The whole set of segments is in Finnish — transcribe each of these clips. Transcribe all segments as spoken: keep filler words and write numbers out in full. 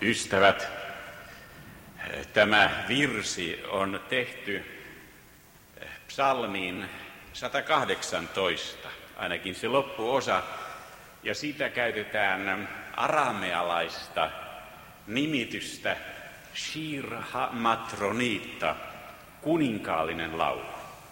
Ystävät, tämä virsi on tehty psalmiin sata kahdeksantoista, ainakin se loppuosa, ja siitä käytetään aramealaista nimitystä Shir HaMatronita, kuninkaallinen laulu.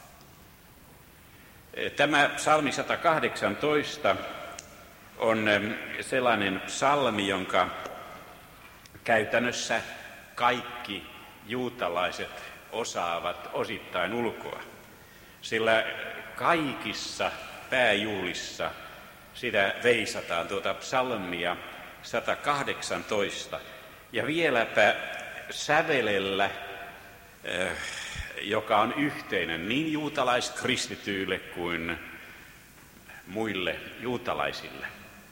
Tämä psalmi sata kahdeksantoista on sellainen psalmi, jonka käytännössä kaikki juutalaiset osaavat osittain ulkoa, sillä kaikissa pääjuhlissa sitä veisataan tuota psalmia sata kahdeksantoista, ja vieläpä sävelellä, joka on yhteinen niin juutalaiskristityille kuin muille juutalaisille.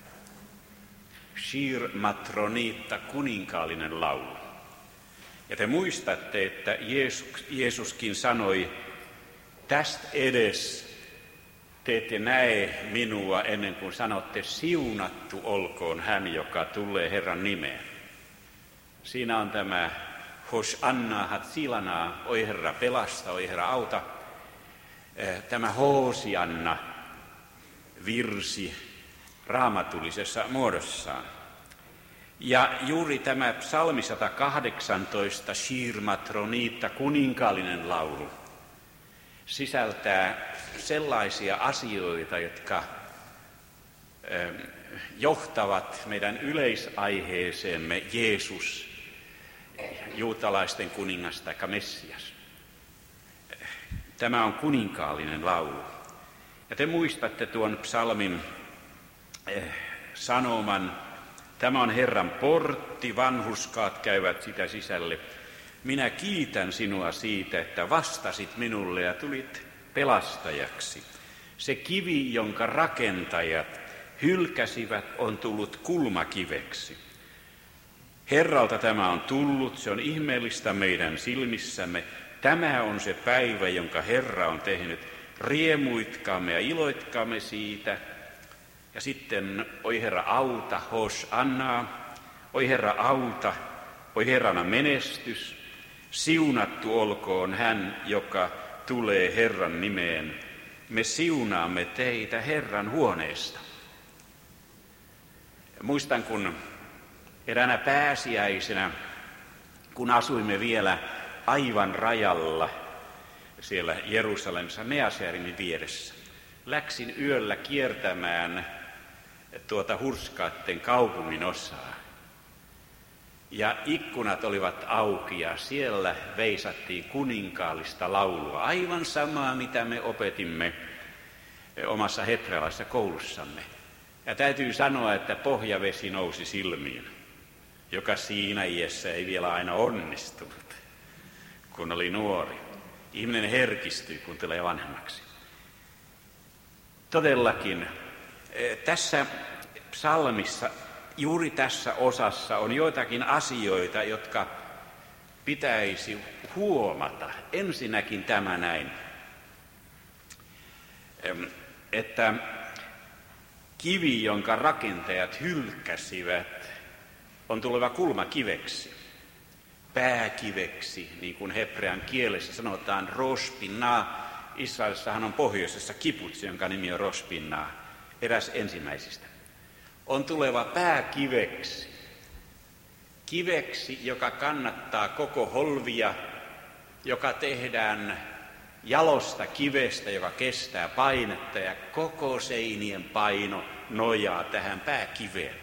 Shir Matronita, kuninkaallinen laulu. Ja te muistatte, että Jeesus, Jeesuskin sanoi, tästä edes te ette näe minua ennen kuin sanotte, siunattu olkoon hän, joka tulee Herran nimeen. Siinä on tämä Hosanna Hatsilana, oi Herra pelasta, oi Herra auta. Tämä Hosianna virsi raamatullisessa muodossaan. Ja juuri tämä psalmi sata kahdeksantoista, Shir Matronita, kuninkaallinen laulu, sisältää sellaisia asioita, jotka johtavat meidän yleisaiheeseemme Jeesus, juutalaisten kuningas tai Messias. Tämä on kuninkaallinen laulu. Ja te muistatte tuon psalmin sanoman, tämä on Herran portti, vanhurskaat käyvät sitä sisälle. Minä kiitän sinua siitä, että vastasit minulle ja tulit pelastajaksi. Se kivi, jonka rakentajat hylkäsivät, on tullut kulmakiveksi. Herralta tämä on tullut, se on ihmeellistä meidän silmissämme. Tämä on se päivä, jonka Herra on tehnyt. Riemuitkaamme ja iloitkaamme siitä. Ja sitten, oi Herra auta, Hosannaa, oi Herra auta, oi Herrana menestys, siunattu olkoon hän, joka tulee Herran nimeen. Me siunaamme teitä Herran huoneesta. Muistan, kun eräänä pääsiäisenä, kun asuimme vielä aivan rajalla siellä Jerusalemissa Measeerimin vieressä, läksin yöllä kiertämään tuota hurskaitten kaupungin osaa. Ja ikkunat olivat auki ja siellä veisattiin kuninkaallista laulua. Aivan samaa, mitä me opetimme omassa hebrealaisessa koulussamme. Ja täytyy sanoa, että pohjavesi nousi silmiin, joka siinä iässä ei vielä aina onnistunut, kun oli nuori. Ihminen herkistyy, kun tulee vanhemmaksi. Todellakin tässä psalmissa, juuri tässä osassa on joitakin asioita, jotka pitäisi huomata. Ensinnäkin tämä näin, että kivi, jonka rakentajat hylkäsivät, on tuleva kulmakiveksi, pääkiveksi, niin kuin hebrean kielessä sanotaan, Rosh Pinnah. Israelissahan on pohjoisessa kibutsi, jonka nimi on Rosh Pinnah, eräs ensimmäisistä. On tuleva pääkiveksi, kiveksi, joka kannattaa koko holvia, joka tehdään jalosta kivestä, joka kestää painetta, ja koko seinien paino nojaa tähän pääkiveen.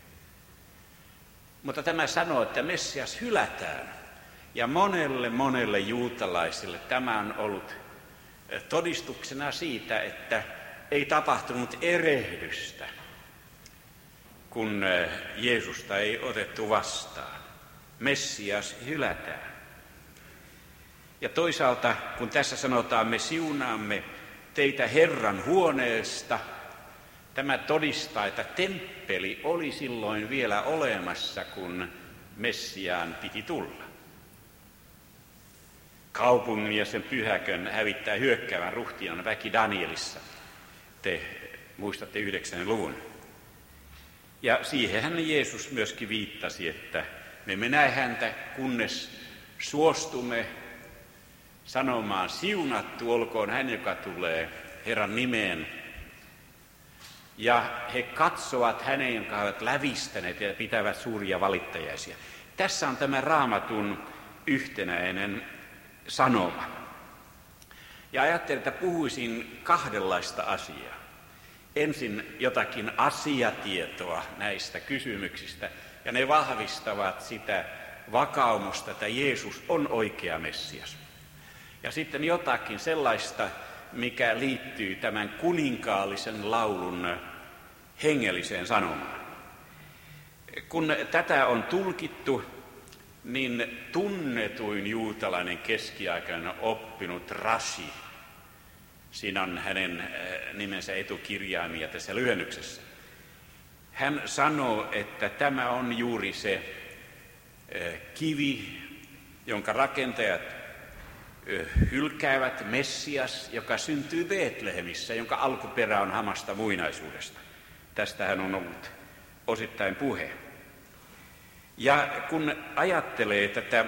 Mutta tämä sanoo, että Messias hylätään, ja monelle monelle juutalaisille tämä on ollut todistuksena siitä, että ei tapahtunut erehdystä, kun Jeesusta ei otettu vastaan. Messias hylätään. Ja toisaalta, kun tässä sanotaan, me siunaamme teitä Herran huoneesta, tämä todistaa, että temppeli oli silloin vielä olemassa, kun Messiaan piti tulla. Kaupungin ja sen pyhäkön hävittää hyökkäävän ruhtinan väki Danielissa. Te muistatte yhdeksännen luvun. Ja siihenhän Jeesus myöskin viittasi, että me emme näe häntä, kunnes suostumme sanomaan, siunattu olkoon hän, joka tulee Herran nimeen. Ja he katsovat hänen, jonka he ovat lävistäneet ja pitävät suuria valittajaisia. Tässä on tämä Raamatun yhtenäinen sanoma. Ja ajattelin, että puhuisin kahdenlaista asiaa. Ensin jotakin asiatietoa näistä kysymyksistä, ja ne vahvistavat sitä vakaumusta, että Jeesus on oikea Messias. Ja sitten jotakin sellaista, mikä liittyy tämän kuninkaallisen laulun hengelliseen sanomaan. Kun tätä on tulkittu, niin tunnetuin juutalainen keskiaikainen oppinut Rashi, siinä on hänen nimensä etukirjaimia tässä lyhennyksessä, hän sanoo, että tämä on juuri se kivi, jonka rakentajat hylkäävät, Messias, joka syntyy Betlehemissä, jonka alkuperä on hamasta muinaisuudesta. Tästähän on ollut osittain puhe. Ja kun ajattelee tätä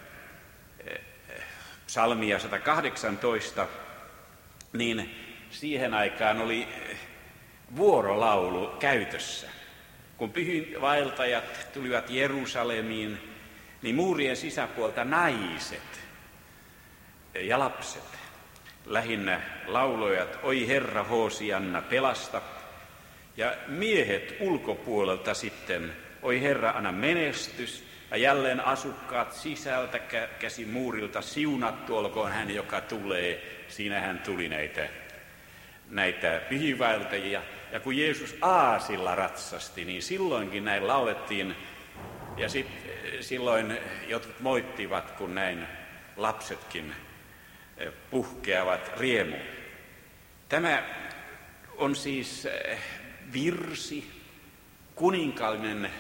psalmia sata kahdeksantoista, niin siihen aikaan oli vuorolaulu käytössä. Kun pyhinvaeltajat tulivat Jerusalemiin, niin muurien sisäpuolta naiset ja lapset, lähinnä lauloivat, oi Herra Hoosianna, pelasta. Ja miehet ulkopuolelta sitten, oi Herra, anna menestys. Ja jälleen asukkaat sisältä käsi muurilta, siunattu olkoon hän, joka tulee. Siinähän tuli näitä, näitä pyhiinvaeltajia. Ja kun Jeesus aasilla ratsasti, niin silloinkin näin laulettiin. Ja sit, silloin jotkut moittivat, kun näin lapsetkin puhkeavat riemuun. Tämä on siis virsi, kuninkaallinen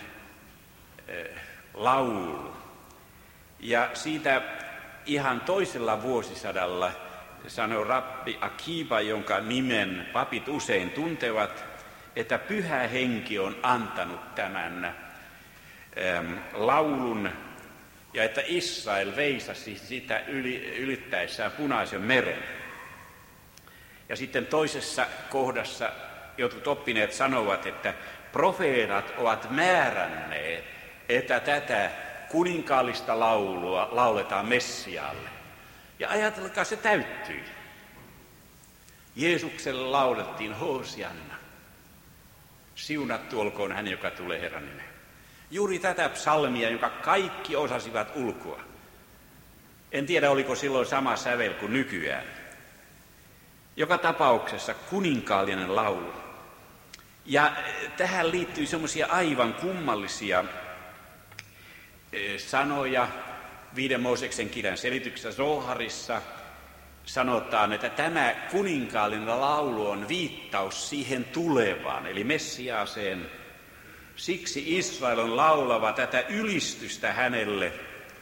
laulu. Ja siitä ihan toisella vuosisadalla sanoi rabbi Akiba, jonka nimen papit usein tuntevat, että Pyhä Henki on antanut tämän äm, laulun, ja että Israel veisasi sitä yli, ylittäessään Punaisen meren. Ja sitten toisessa kohdassa jotkut oppineet sanovat, että profeetat ovat määränneet, että tätä kuninkaallista laulua lauletaan Messiaalle. Ja ajatelkaa, se täyttyi. Jeesukselle laulettiin Hoosianna. Siunattu olkoon hän, joka tulee Herran nimeen. Juuri tätä psalmia, jonka kaikki osasivat ulkoa. En tiedä, oliko silloin sama sävel kuin nykyään. Joka tapauksessa kuninkaallinen laulu. Ja tähän liittyy semmoisia aivan kummallisia sanoja. Viiden Mooseksen kirjan selityksessä Zoharissa sanotaan, että tämä kuninkaallinen laulu on viittaus siihen tulevaan, eli Messiaaseen. Siksi Israel on laulava tätä ylistystä hänelle,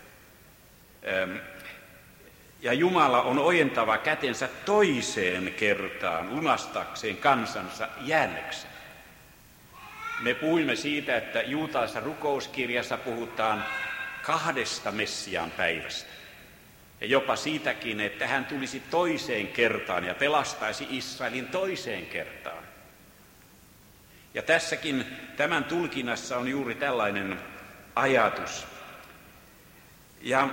ja Jumala on ojentava kätensä toiseen kertaan lunastakseen kansansa jäännöksen. Me puhuimme siitä, että juutalaisessa rukouskirjassa puhutaan kahdesta Messiaan päivästä. Ja jopa siitäkin, että hän tulisi toiseen kertaan ja pelastaisi Israelin toiseen kertaan. Ja tässäkin tämän tulkinnassa on juuri tällainen ajatus. Ja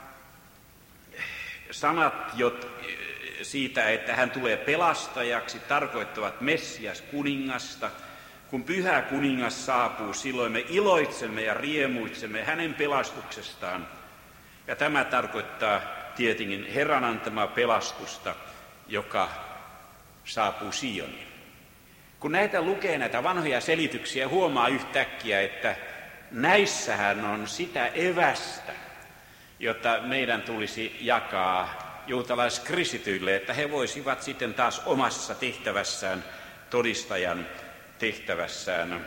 sanat siitä, että hän tulee pelastajaksi, tarkoittavat Messias kuningasta. Kun pyhä kuningas saapuu, silloin me iloitsemme ja riemuitsemme hänen pelastuksestaan. Ja tämä tarkoittaa tietenkin Herran antamaa pelastusta, joka saapuu Sioniin. Kun näitä lukee, näitä vanhoja selityksiä, huomaa yhtäkkiä, että näissähän on sitä evästä, jota meidän tulisi jakaa juutalaiskristityille, että he voisivat sitten taas omassa tehtävässään, todistajan tehtävässään,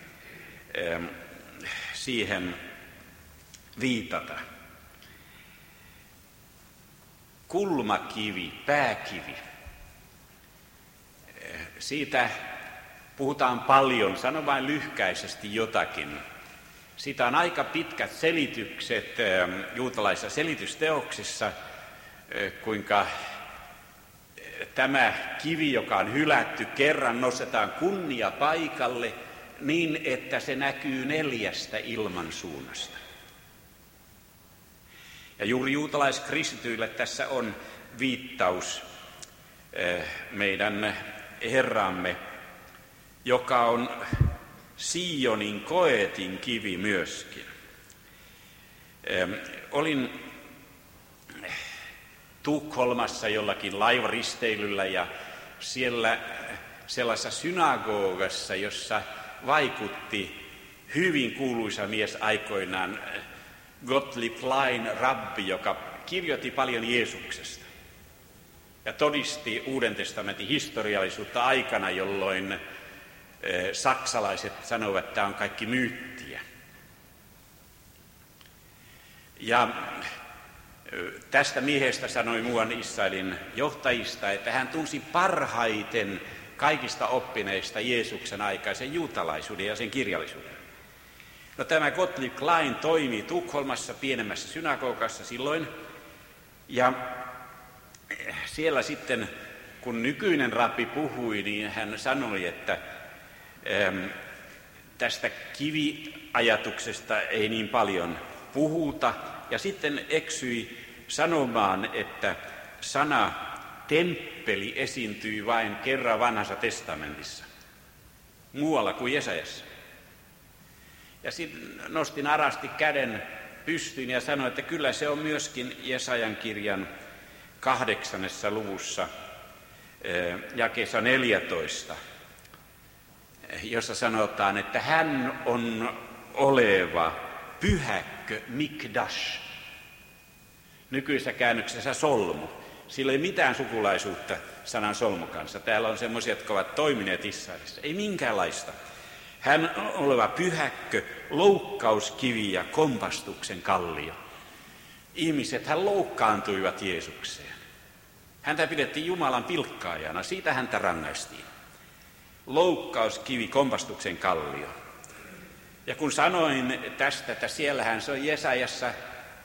siihen viitata. Kulmakivi, pääkivi. Siitä puhutaan paljon, sano vain lyhkäisesti jotakin. Siitä on aika pitkät selitykset juutalaisissa selitysteoksissa, kuinka tämä kivi, joka on hylätty, kerran nostetaan kunnia paikalle niin, että se näkyy neljästä ilmansuunnasta. Ja juuri juutalaiskristityille tässä on viittaus meidän Herramme, joka on Sionin koetin kivi myöskin. Olin Tukholmassa jollakin laivaristeilyllä ja siellä sellaisessa synagogassa, jossa vaikutti hyvin kuuluisa mies aikoinaan, Gottlieb Klein, rabbi, joka kirjoitti paljon Jeesuksesta ja todisti Uuden testamentin historiallisuutta aikana, jolloin saksalaiset sanovat, että tämä on kaikki myyttiä. Ja tästä miehestä sanoi muuan Israelin johtajista, että hän tunsi parhaiten kaikista oppineista Jeesuksen aikaisen juutalaisuuden ja sen kirjallisuuden. No, tämä Gottlieb Klein toimi Tukholmassa pienemmässä synagogassa silloin, ja siellä sitten, kun nykyinen rabbi puhui, niin hän sanoi, että ähm, tästä kiviajatuksesta ei niin paljon puhuta, ja sitten eksyi sanomaan, että sana temppeli esiintyy vain kerran vanhassa testamentissa, muualla kuin Jesajassa. Ja sitten nostin arasti käden pystyyn ja sanoin, että kyllä se on myöskin Jesajan kirjan kahdeksannessa luvussa, jakeessa neljätoista, jossa sanotaan, että hän on oleva pyhäkkö mikdash. Nykyisessä käännöksessä solmu. Sillä ei mitään sukulaisuutta sanan solmu kanssa. Täällä on semmoisia, jotka ovat toimineet Israelissa. Ei minkäänlaista. Hän on oleva pyhäkkö, loukkauskivi ja kompastuksen kallio. Ihmiset hän loukkaantuivat Jeesukseen. Häntä pidettiin Jumalan pilkkaajana, siitä häntä rangaistiin. Loukkauskivi, kompastuksen kallio. Ja kun sanoin tästä, että siellähän se on Jesajassa äh,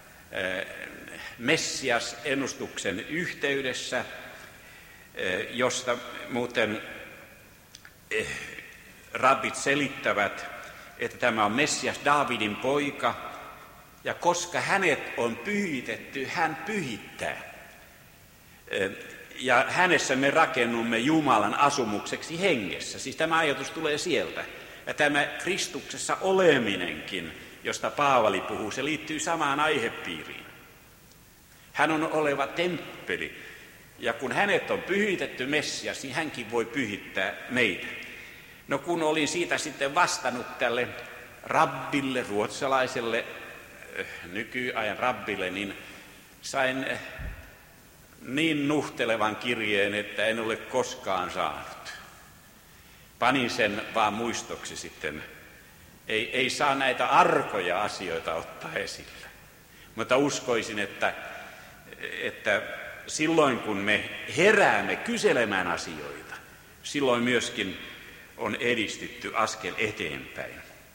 Messias-ennustuksen yhteydessä, äh, josta muuten äh, rabbit selittävät, että tämä on Messias Daavidin poika, ja koska hänet on pyhitetty, hän pyhittää. Ja hänessä me rakennumme Jumalan asumukseksi hengessä. Siis tämä ajatus tulee sieltä. Ja tämä Kristuksessa oleminenkin, josta Paavali puhuu, se liittyy samaan aihepiiriin. Hän on oleva temppeli. Ja kun hänet on pyhitetty Messias, niin hänkin voi pyhittää meitä. No, kun olin siitä sitten vastannut tälle rabbille, ruotsalaiselle nykyajan rabbille, niin sain niin nuhtelevan kirjeen, että en ole koskaan saanut. Panin sen vaan muistoksi sitten. Ei, ei saa näitä arkoja asioita ottaa esille. Mutta uskoisin, että, että silloin kun me heräämme kyselemään asioita, silloin myöskin on edistytty askel eteenpäin.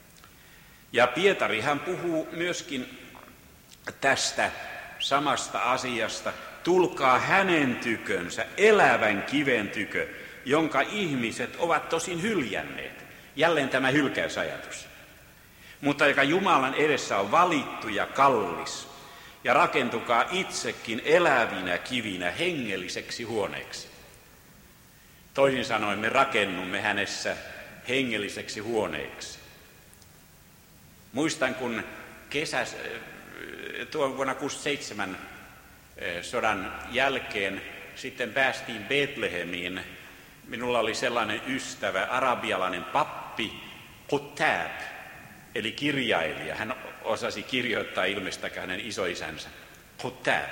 Ja Pietarihan puhuu myöskin tästä samasta asiasta. Tulkaa hänen tykönsä, elävän kiven tykö, jonka ihmiset ovat tosin hyljänneet. Jälleen tämä hylkäysajatus. Mutta joka Jumalan edessä on valittu ja kallis. Ja rakentukaa itsekin elävinä kivinä hengelliseksi huoneeksi. Toisin sanoen me rakennumme hänessä hengelliseksi huoneeksi. Muistan, kun kesäs, tuon vuonna kuusikymmentäseitsemän sodan jälkeen sitten päästiin Betlehemiin. Minulla oli sellainen ystävä, arabialainen pappi, Kutab, eli kirjailija. Hän osasi kirjoittaa ilmestäkään hänen isoisänsä, Kutab.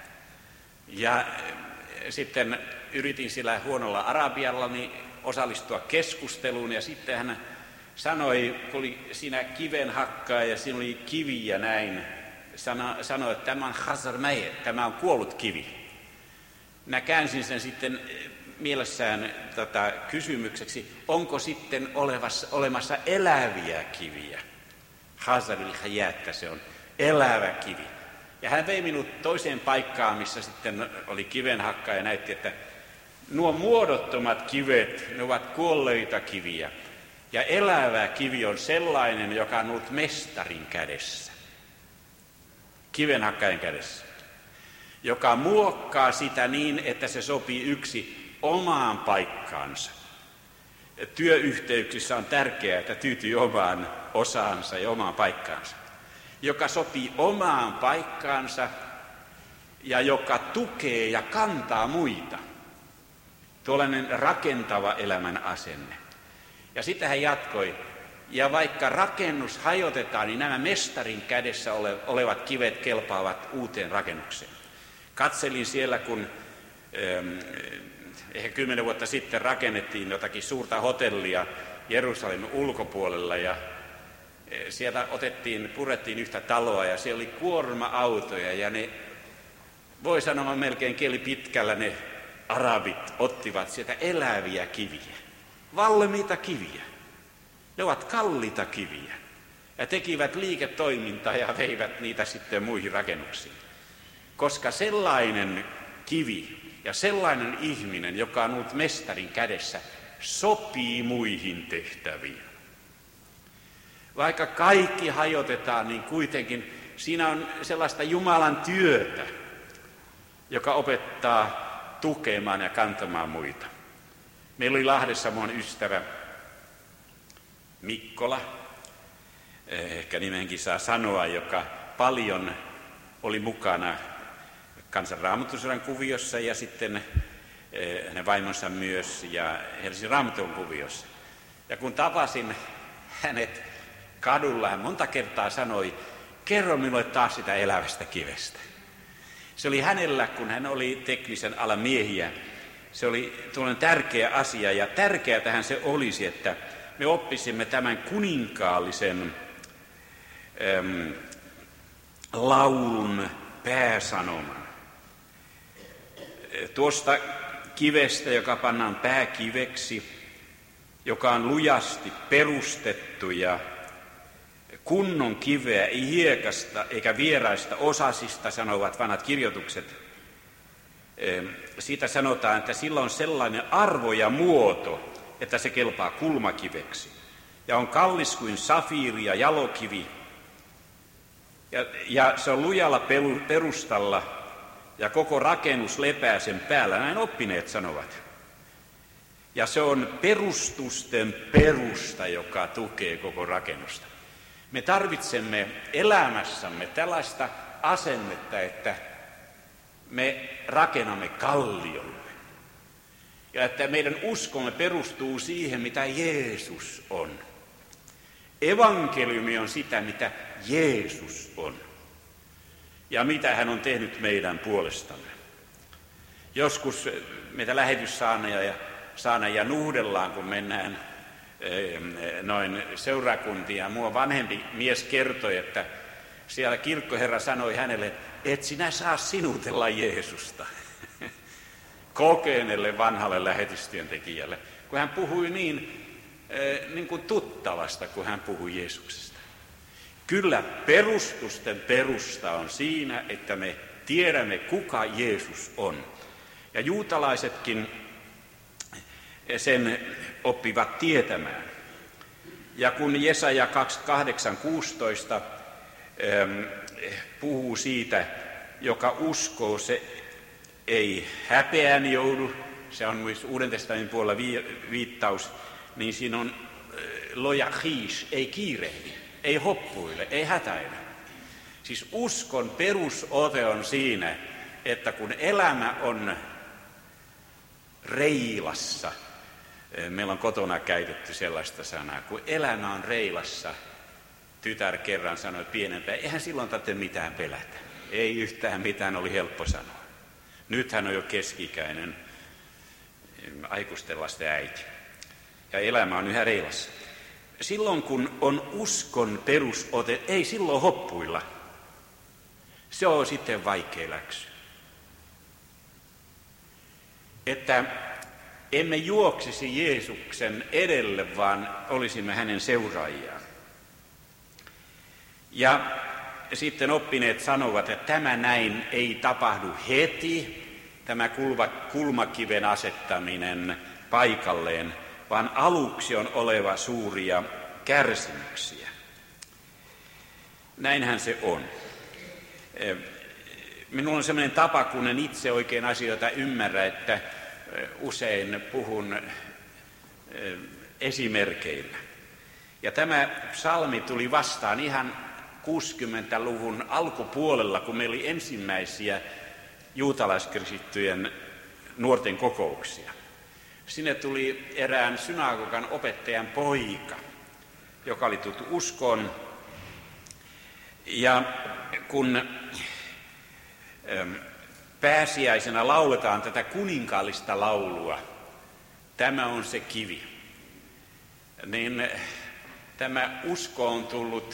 Ja sitten yritin sillä huonolla arabiallani osallistua keskusteluun, ja sitten hän sanoi, kun oli siinä kiven hakkaa ja siinä oli kivi ja näin, sano, sanoi, että tämä on Khazar Maye, tämä on kuollut kivi. Minä käänsin sen sitten mielessään tota, kysymykseksi, onko sitten olevassa, olemassa eläviä kiviä? Hazaril Hayat, se on elävä kivi. Ja hän vei minut toiseen paikkaan, missä sitten oli kivenhakka ja näytti, että nuo muodottomat kivet, ne ovat kuolleita kiviä. Ja elävä kivi on sellainen, joka on ollut mestarin kädessä, kivenhakkajan kädessä, joka muokkaa sitä niin, että se sopii yksi omaan paikkaansa. Työyhteyksissä on tärkeää, että tyytyy omaan osaansa ja omaan paikkaansa, joka sopii omaan paikkaansa ja joka tukee ja kantaa muita. Tuollainen rakentava elämän asenne. Ja sitä hän jatkoi. Ja vaikka rakennus hajotetaan, niin nämä mestarin kädessä olevat kivet kelpaavat uuteen rakennukseen. Katselin siellä, kun ähm, ehkä kymmenen vuotta sitten rakennettiin jotakin suurta hotellia Jerusalemin ulkopuolella ja sieltä otettiin, purettiin yhtä taloa ja siellä oli kuorma-autoja ja ne, voi sanoa melkein kieli pitkällä, ne arabit ottivat sieltä eläviä kiviä, valmiita kiviä. Ne ovat kalliita kiviä ja tekivät liiketoimintaa ja veivät niitä sitten muihin rakennuksiin. Koska sellainen kivi ja sellainen ihminen, joka on ollut mestarin kädessä, sopii muihin tehtäviin. Vaikka kaikki hajotetaan, niin kuitenkin siinä on sellaista Jumalan työtä, joka opettaa tukemaan ja kantamaan muita. Meillä oli Lahdessa mun ystävä Mikkola, ehkä nimenkin saa sanoa, joka paljon oli mukana Kansan Raamattusodan kuviossa ja sitten hänen vaimonsa myös ja Helsingin Raamatun kuviossa. Ja kun tapasin hänet kadulla, hän monta kertaa sanoi, kerro minulle taas sitä elävästä kivestä. Se oli hänellä, kun hän oli teknisen alan miehiä, se oli tuollainen tärkeä asia ja tärkeätähän se olisi, että me oppisimme tämän kuninkaallisen äm, laulun pääsanoman. Tuosta kivestä, joka pannaan pääkiveksi, joka on lujasti perustettu ja kunnon kiveä, ei hiekasta eikä vieraista osasista, sanovat vanhat kirjoitukset. Siitä sanotaan, että sillä on sellainen arvo ja muoto, että se kelpaa kulmakiveksi. Ja on kallis kuin safiiri ja jalokivi. Ja, ja se on lujalla perustalla ja koko rakennus lepää sen päällä, näin oppineet sanovat. Ja se on perustusten perusta, joka tukee koko rakennusta. Me tarvitsemme elämässämme tällaista asennetta, että me rakennamme kalliolle. Ja että meidän uskomme perustuu siihen, mitä Jeesus on. Evankeliumi on sitä, mitä Jeesus on. Ja mitä hän on tehnyt meidän puolestamme. Joskus meitä lähetyssaaneja ja saanajia nuhdellaan, kun mennään noin seurakuntiin. Ja mua vanhempi mies kertoi, että siellä kirkkoherra sanoi hänelle, et sinä saa sinutella Jeesusta. Kokeneelle vanhalle lähetystyöntekijälle, kun hän puhui niin, niin kuin tuttavasta, kun hän puhui Jeesuksesta. Kyllä perustusten perusta on siinä, että me tiedämme, kuka Jeesus on. Ja juutalaisetkin sen oppivat tietämään. Ja kun Jesaja kaksikymmentäkahdeksan kuusitoista ähm, puhuu siitä, joka uskoo, se ei häpeään joudu, se on myös Uuden testamentin puolella viittaus, niin siinä on lojachish, ei kiirehdi, ei hoppuile, ei hätäile. Siis uskon perusote on siinä, että kun elämä on reilassa, meillä on kotona käytetty sellaista sanaa, kun elämä on reilassa, tytär kerran sanoi pienempää, eihän silloin tarvitse mitään pelätä. Ei yhtään mitään, oli helppo sanoa. Nyt hän on jo keski-ikäinen aikuisten lasten äiti. Ja elämä on yhä reilassa. Silloin kun on uskon perusote, ei silloin hoppuilla. Se on sitten vaikea läksy. Että emme juoksisi Jeesuksen edelle, vaan olisimme hänen seuraajiaan. Ja sitten oppineet sanovat, että tämä näin ei tapahdu heti, tämä kulmakiven asettaminen paikalleen, vaan aluksi on oleva suuria kärsimyksiä. Näinhän se on. Minulla on sellainen tapa, kun en itse oikein asioita ymmärrä, että usein puhun esimerkeillä. Ja tämä psalmi tuli vastaan ihan kuusikymmentäluvun alkupuolella, kun meillä oli ensimmäisiä juutalaiskristittyjen nuorten kokouksia. Sinne tuli erään synagogan opettajan poika, joka oli tuttu uskoon. Ja kun pääsiäisenä lauletaan tätä kuninkaallista laulua, tämä on se kivi, niin tämä usko on tullut.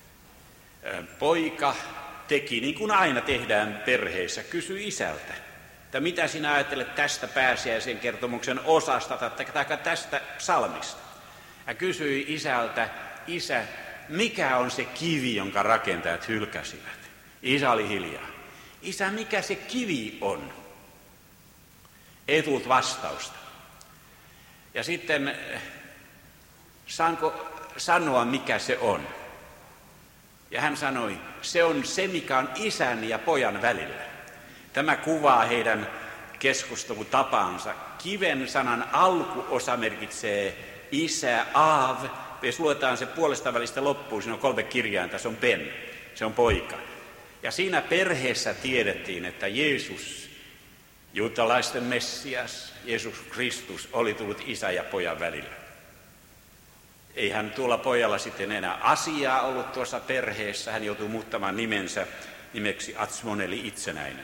Poika teki, niin kuin aina tehdään perheissä, kysyi isältä, että mitä sinä ajattelet tästä pääsiäisen kertomuksen osasta tai tästä psalmista. Hän kysyi isältä, isä, mikä on se kivi, jonka rakentajat hylkäsivät? Isä oli hiljaa. Isä, mikä se kivi on? Ei tullut vastausta. Ja sitten, saanko sanoa, mikä se on? Ja hän sanoi, se on se, mikä on isän ja pojan välillä. Tämä kuvaa heidän keskustelutapaansa. Kiven sanan alkuosa merkitsee isä, aav. Jos luetaan se puolesta välistä loppuun, siinä on kolme kirjainta, se on ben, se on poika. Ja siinä perheessä tiedettiin, että Jeesus, juutalaisten Messias, Jeesus Kristus, oli tullut isä ja pojan välillä. Eihän tuolla pojalla sitten enää asiaa ollut tuossa perheessä. Hän joutui muuttamaan nimensä nimeksi Atsmon eli itsenäinen.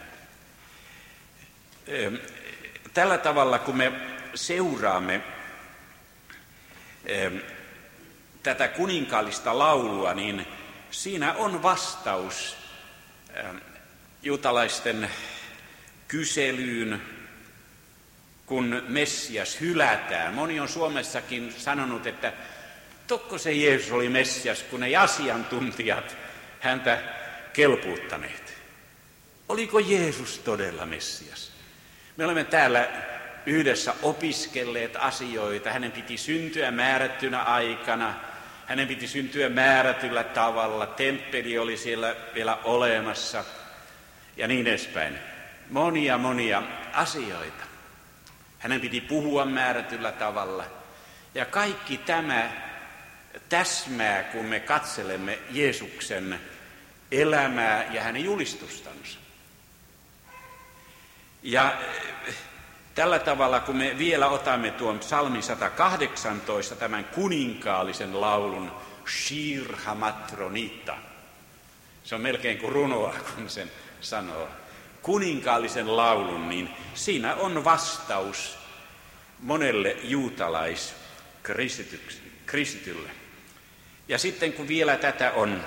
Tällä tavalla, kun me seuraamme tätä kuninkaallista laulua, niin siinä on vastaus juutalaisten kyselyyn, kun Messias hylätään. Moni on Suomessakin sanonut, että tokko se Jeesus oli Messias, kun ei asiantuntijat häntä kelpuuttaneet. Oliko Jeesus todella Messias? Me olemme täällä yhdessä opiskelleet asioita. Hänen piti syntyä määrättynä aikana. Hänen piti syntyä määrätyllä tavalla. Temppeli oli siellä vielä olemassa ja niin edespäin. Monia, monia asioita. Hänen piti puhua määrätyllä tavalla. Ja kaikki tämä täsmää, kun me katselemme Jeesuksen elämää ja hänen julistustansa. Ja tällä tavalla, kun me vielä otamme tuon psalmi sata kahdeksantoista, tämän kuninkaallisen laulun, Shir Hamatronita. Se on melkein kuin runoa, kun sen sanoo. Kuninkaallisen laulun, niin siinä on vastaus monelle juutalaiskristitylle. Ja sitten kun vielä tätä on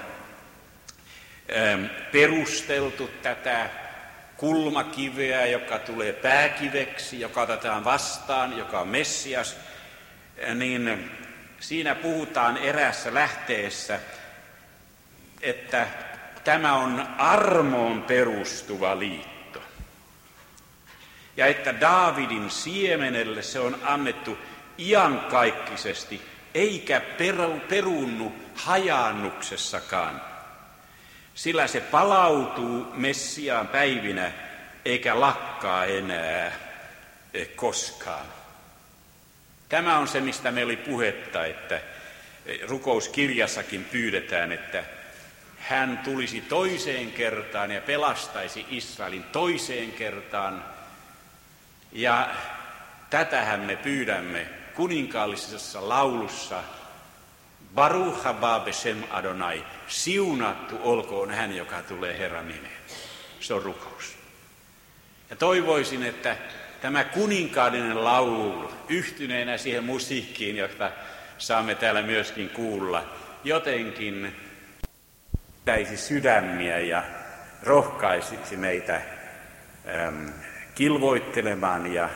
perusteltu, tätä kulmakiveä, joka tulee pääkiveksi, joka otetaan vastaan, joka on Messias, niin siinä puhutaan eräässä lähteessä, että tämä on armoon perustuva liitto. Ja että Daavidin siemenelle se on annettu iankaikkisesti, eikä peruunnu hajaannuksessakaan. Sillä se palautuu Messiaan päivinä, eikä lakkaa enää koskaan. Tämä on se, mistä meillä oli puhetta, että rukouskirjassakin pyydetään, että hän tulisi toiseen kertaan ja pelastaisi Israelin toiseen kertaan. Ja tätähän me pyydämme kuninkaallisessa laulussa. Baruch haba beshem Adonai, siunattu olkoon hän, joka tulee Herran nimeen. Se on rukous. Ja toivoisin, että tämä kuninkaallinen laulu yhtyneenä siihen musiikkiin, jota saamme täällä myöskin kuulla, jotenkin pitäisi sydämiä ja rohkaisisi meitä äm, kilvoittelemaan ja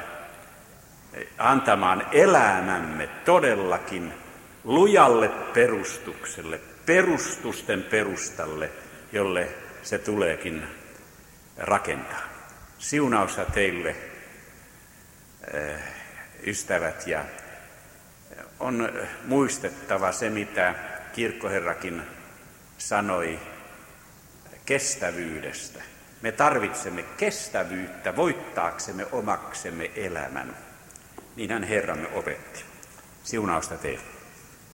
antamaan elämämme todellakin lujalle perustukselle, perustusten perustalle, jolle se tuleekin rakentaa. Siunausta teille, ystävät, ja on muistettava se, mitä kirkkoherrakin sanoi kestävyydestä. Me tarvitsemme kestävyyttä voittaaksemme omaksemme elämän. Niin hän Herramme opetti. Siunausta teille.